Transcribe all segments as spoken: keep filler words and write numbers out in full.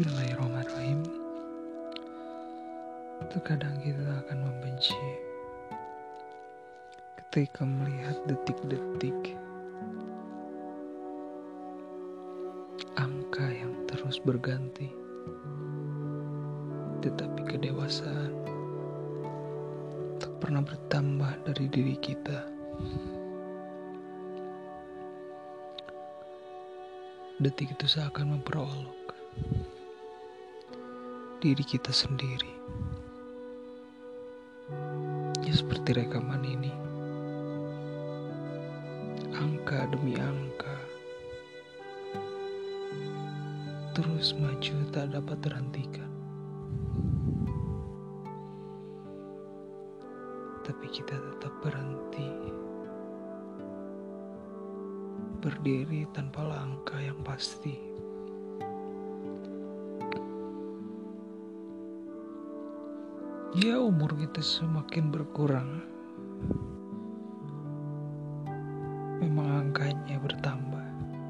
Bismillahirrahmanirrahim. Terkadang kita akan membenci ketika melihat detik-detik angka yang terus berganti, tetapi kedewasaan tak pernah bertambah dari diri kita. Detik itu seakan memperolok diri kita sendiri. Ya seperti rekaman ini, angka demi angka terus maju tak dapat terhentikan. Tapi kita tetap berhenti, berdiri tanpa langkah yang pasti. Ya, umur kita semakin berkurang. Memang angkanya bertambah,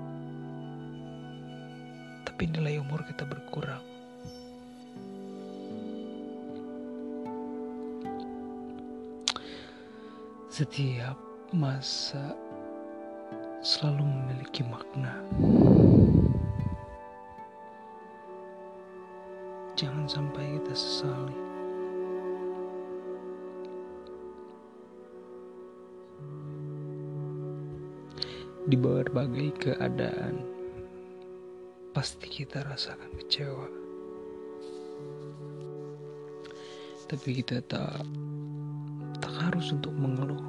tapi nilai umur kita berkurang. Setiap masa selalu memiliki makna. Jangan sampai kita sesali. Di berbagai keadaan, pasti kita rasakan kecewa. Tapi kita tak, tak harus untuk mengeluh.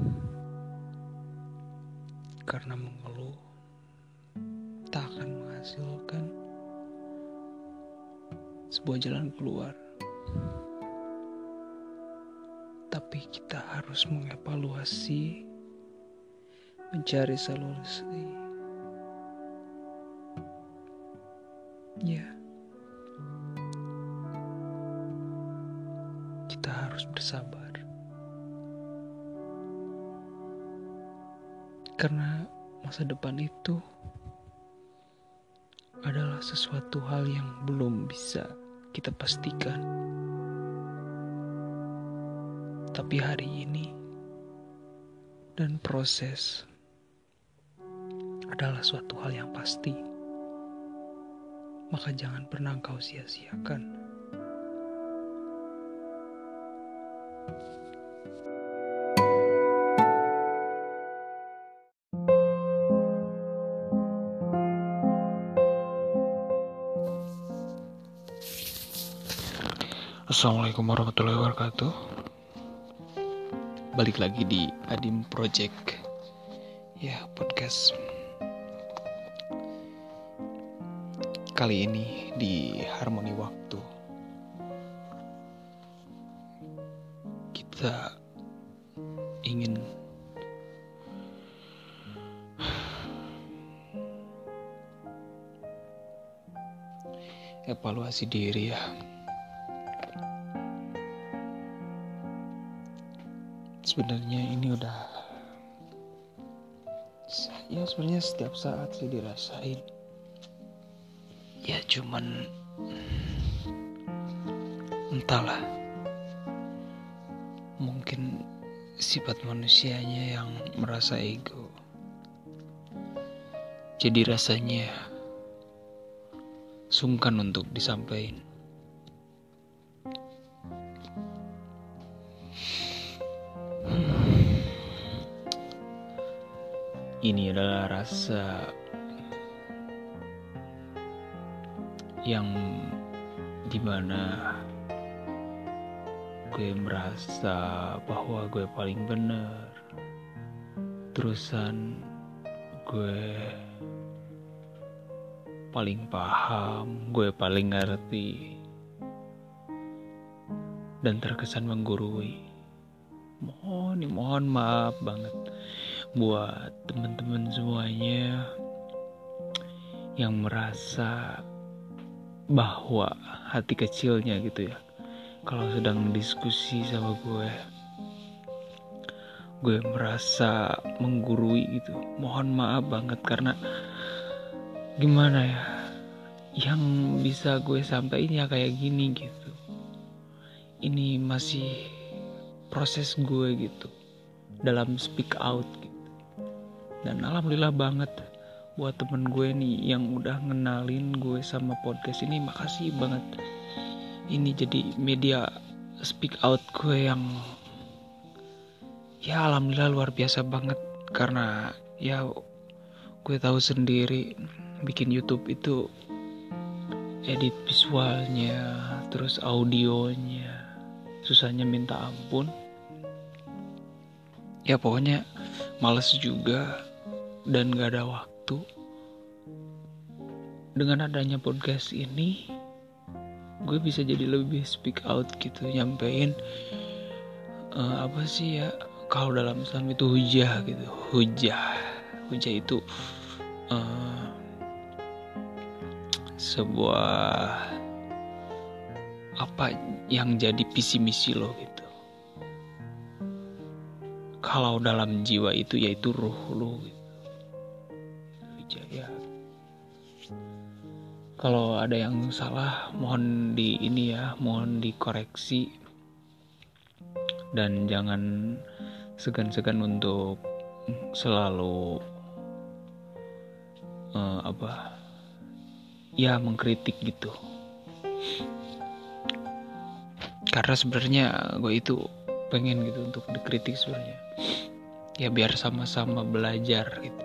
Karena mengeluh tak akan menghasilkan sebuah jalan keluar. Tapi kita harus mengevaluasi, mencari solusi. Ya, kita harus bersabar. Karena masa depan itu adalah sesuatu hal yang belum bisa kita pastikan. Tapi hari ini dan proses adalah suatu hal yang pasti. Maka jangan pernah kau sia-siakan. Assalamualaikum warahmatullahi wabarakatuh. Balik lagi di Adim Project. Ya, podcast. Kali ini di Harmoni Waktu. Kita ingin evaluasi diri ya. Sebenarnya ini udah ya sebenarnya setiap saat sih dirasain. Ya cuman entahlah, mungkin sifat manusianya yang merasa ego. Jadi rasanya sungkan untuk disampaikan. Ini adalah rasa yang dimana gue merasa bahwa gue paling benar, terusan gue paling paham, gue paling ngerti, dan terkesan menggurui. Mohon, mohon maaf banget buat teman-teman semuanya yang merasa bahwa hati kecilnya gitu ya, kalau sedang diskusi sama gue, gue merasa menggurui gitu. Mohon maaf banget, karena gimana ya, yang bisa gue sampaikan ya kayak gini gitu. Ini masih proses gue gitu dalam speak out gitu. Dan alhamdulillah banget buat temen gue nih yang udah ngenalin gue sama podcast ini. Makasih banget. Ini jadi media speak out gue yang ya alhamdulillah luar biasa banget. Karena ya gue tahu sendiri bikin YouTube itu edit visualnya, terus audionya, susahnya minta ampun. Ya pokoknya males juga dan gak ada waktu. Dengan adanya podcast ini, gue bisa jadi lebih speak out gitu, nyampein uh, apa sih ya, kalau dalam Islam itu hujah gitu. Hujah Hujah itu uh, sebuah apa yang jadi visi misi lo gitu. Kalau dalam jiwa itu yaitu ruh lo gitu. Hujah ya. Kalau ada yang salah mohon di ini ya, mohon dikoreksi. Dan jangan segan-segan untuk selalu uh, apa ya mengkritik gitu. Karena sebenarnya gue itu pengen gitu untuk dikritik sebenarnya. Ya biar sama-sama belajar gitu.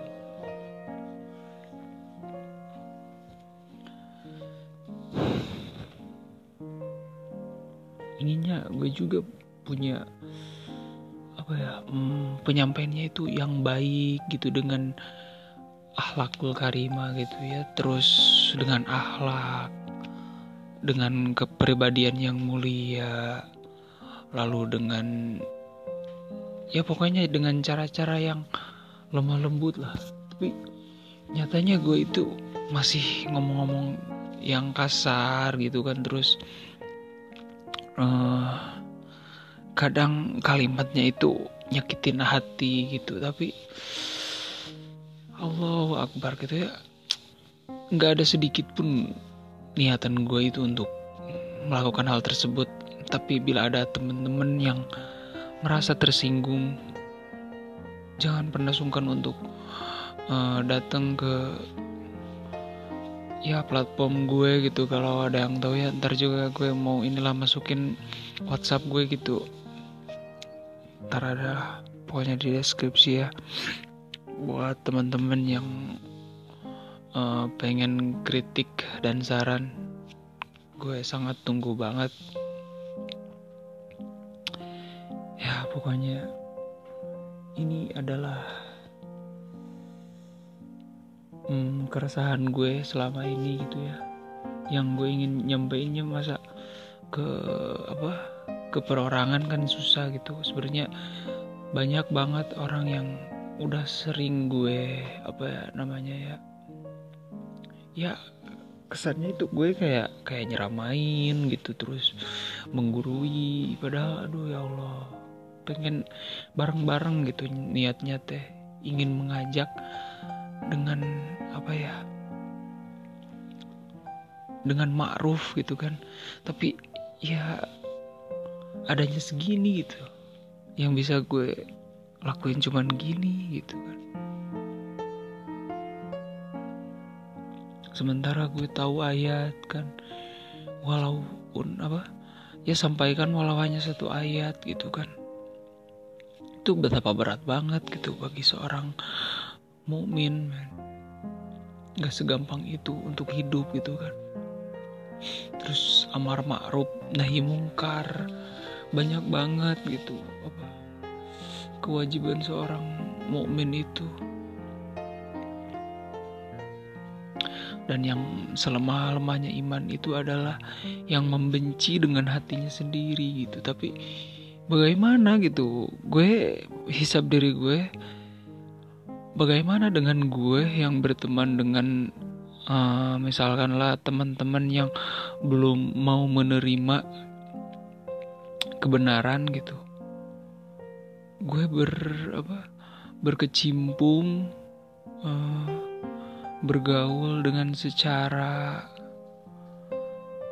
Inginnya gue juga punya apa ya hmm, penyampaiannya itu yang baik gitu, dengan akhlakul karimah gitu ya, terus dengan akhlak, dengan kepribadian yang mulia, lalu dengan ya pokoknya dengan cara-cara yang lemah lembut lah. Tapi nyatanya gue itu masih ngomong-ngomong yang kasar gitu kan, terus uh, kadang kalimatnya itu nyakitin hati gitu. Tapi Allahu Akbar gitu ya, gak ada sedikit pun niatan gue itu untuk melakukan hal tersebut. Tapi bila ada teman-teman yang merasa tersinggung, jangan pernah sungkan untuk uh, datang ke ya platform gue gitu. Kalau ada yang tahu ya, ntar juga gue mau inilah masukin WhatsApp gue gitu. Ntar ada pokoknya di deskripsi ya, buat teman-teman yang uh, pengen kritik dan saran. Gue sangat tunggu banget. Ya pokoknya ini adalah hmm, keresahan gue selama ini gitu ya, yang gue ingin nyampeinnya. Masa ke apa ke perorangan kan susah gitu. Sebenarnya banyak banget orang yang udah sering gue apa ya namanya ya ya kesannya itu gue kayak kayak nyeramain gitu, terus menggurui. Padahal aduh ya Allah, pengen bareng-bareng gitu niatnya teh, ingin mengajak dengan apa ya dengan ma'ruf gitu kan. Tapi ya adanya segini gitu, yang bisa gue lakuin cuman gini gitu kan. Sementara gue tahu ayat kan, walaupun apa ya sampaikan walau hanya satu ayat gitu kan, itu betapa berat banget gitu bagi seorang mukmin, man. Gak segampang itu untuk hidup gitu kan. Terus amar ma'ruf nahi mungkar, banyak banget gitu apa kewajiban seorang mukmin itu. Dan yang selemah-lemahnya iman itu adalah yang membenci dengan hatinya sendiri gitu. Tapi bagaimana gitu, gue hisab diri gue, bagaimana dengan gue yang berteman dengan uh, misalkanlah teman-teman yang belum mau menerima kebenaran gitu. Gue ber apa berkecimpung uh, bergaul dengan secara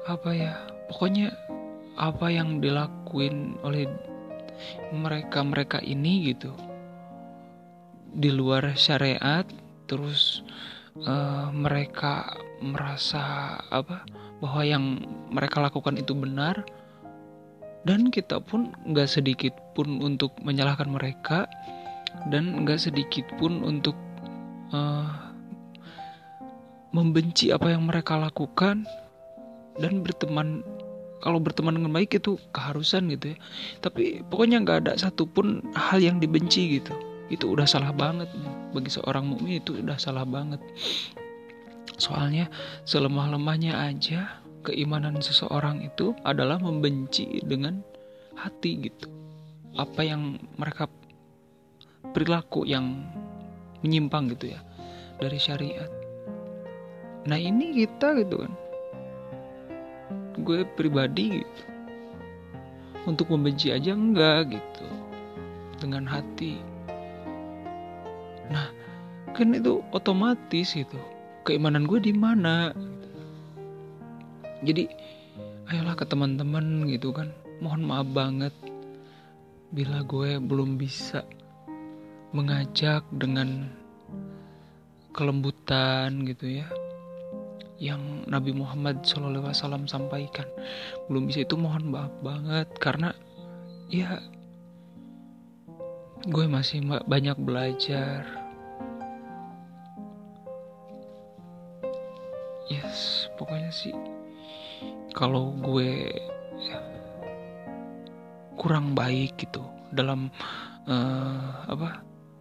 apa ya, pokoknya apa yang dilakuin oleh mereka-mereka ini gitu di luar syariat, terus uh, mereka merasa apa bahwa yang mereka lakukan itu benar, dan kita pun nggak sedikit pun untuk menyalahkan mereka, dan nggak sedikit pun untuk uh, membenci apa yang mereka lakukan, dan berteman, kalau berteman dengan baik itu keharusan gitu ya, tapi pokoknya nggak ada satupun hal yang dibenci gitu. Itu udah salah banget, bagi seorang mukmin itu udah salah banget. Soalnya selemah-lemahnya aja keimanan seseorang itu adalah membenci dengan hati gitu apa yang mereka perilaku yang menyimpang gitu ya dari syariat. Nah ini kita gitu kan, gue pribadi gitu, untuk membenci aja enggak gitu dengan hati. Nah kan itu otomatis gitu, keimanan gue di mana. Jadi ayolah ke teman-teman gitu kan, mohon maaf banget bila gue belum bisa mengajak dengan kelembutan gitu ya yang Nabi Muhammad shallallahu alaihi wasallam sampaikan. Belum bisa, itu mohon maaf banget, karena ya gue masih banyak belajar. Yes, pokoknya sih kalau gue ya, kurang baik gitu dalam uh, apa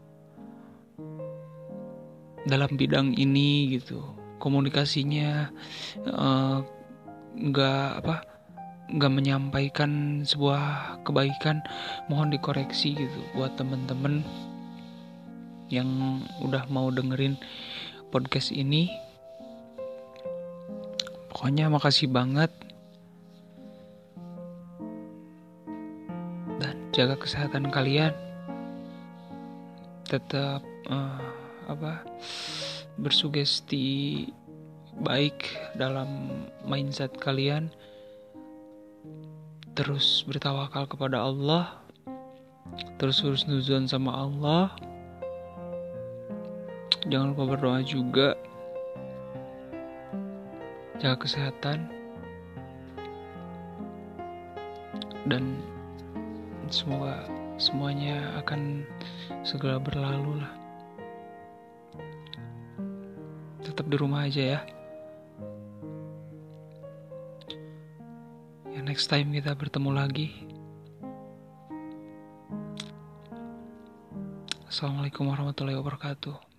dalam bidang ini gitu, komunikasinya uh, nggak apa nggak menyampaikan sebuah kebaikan, mohon dikoreksi gitu buat temen-temen yang udah mau dengerin podcast ini. Pokoknya makasih banget, dan jaga kesehatan kalian, tetap uh, apa bersugesti baik dalam mindset kalian, terus bertawakal kepada Allah, terus husnuzon sama Allah, jangan lupa berdoa juga, jaga kesehatan, dan semoga semuanya akan segera berlalu lah. Tetap di rumah aja ya. Ya next time kita bertemu lagi. Assalamualaikum warahmatullahi wabarakatuh.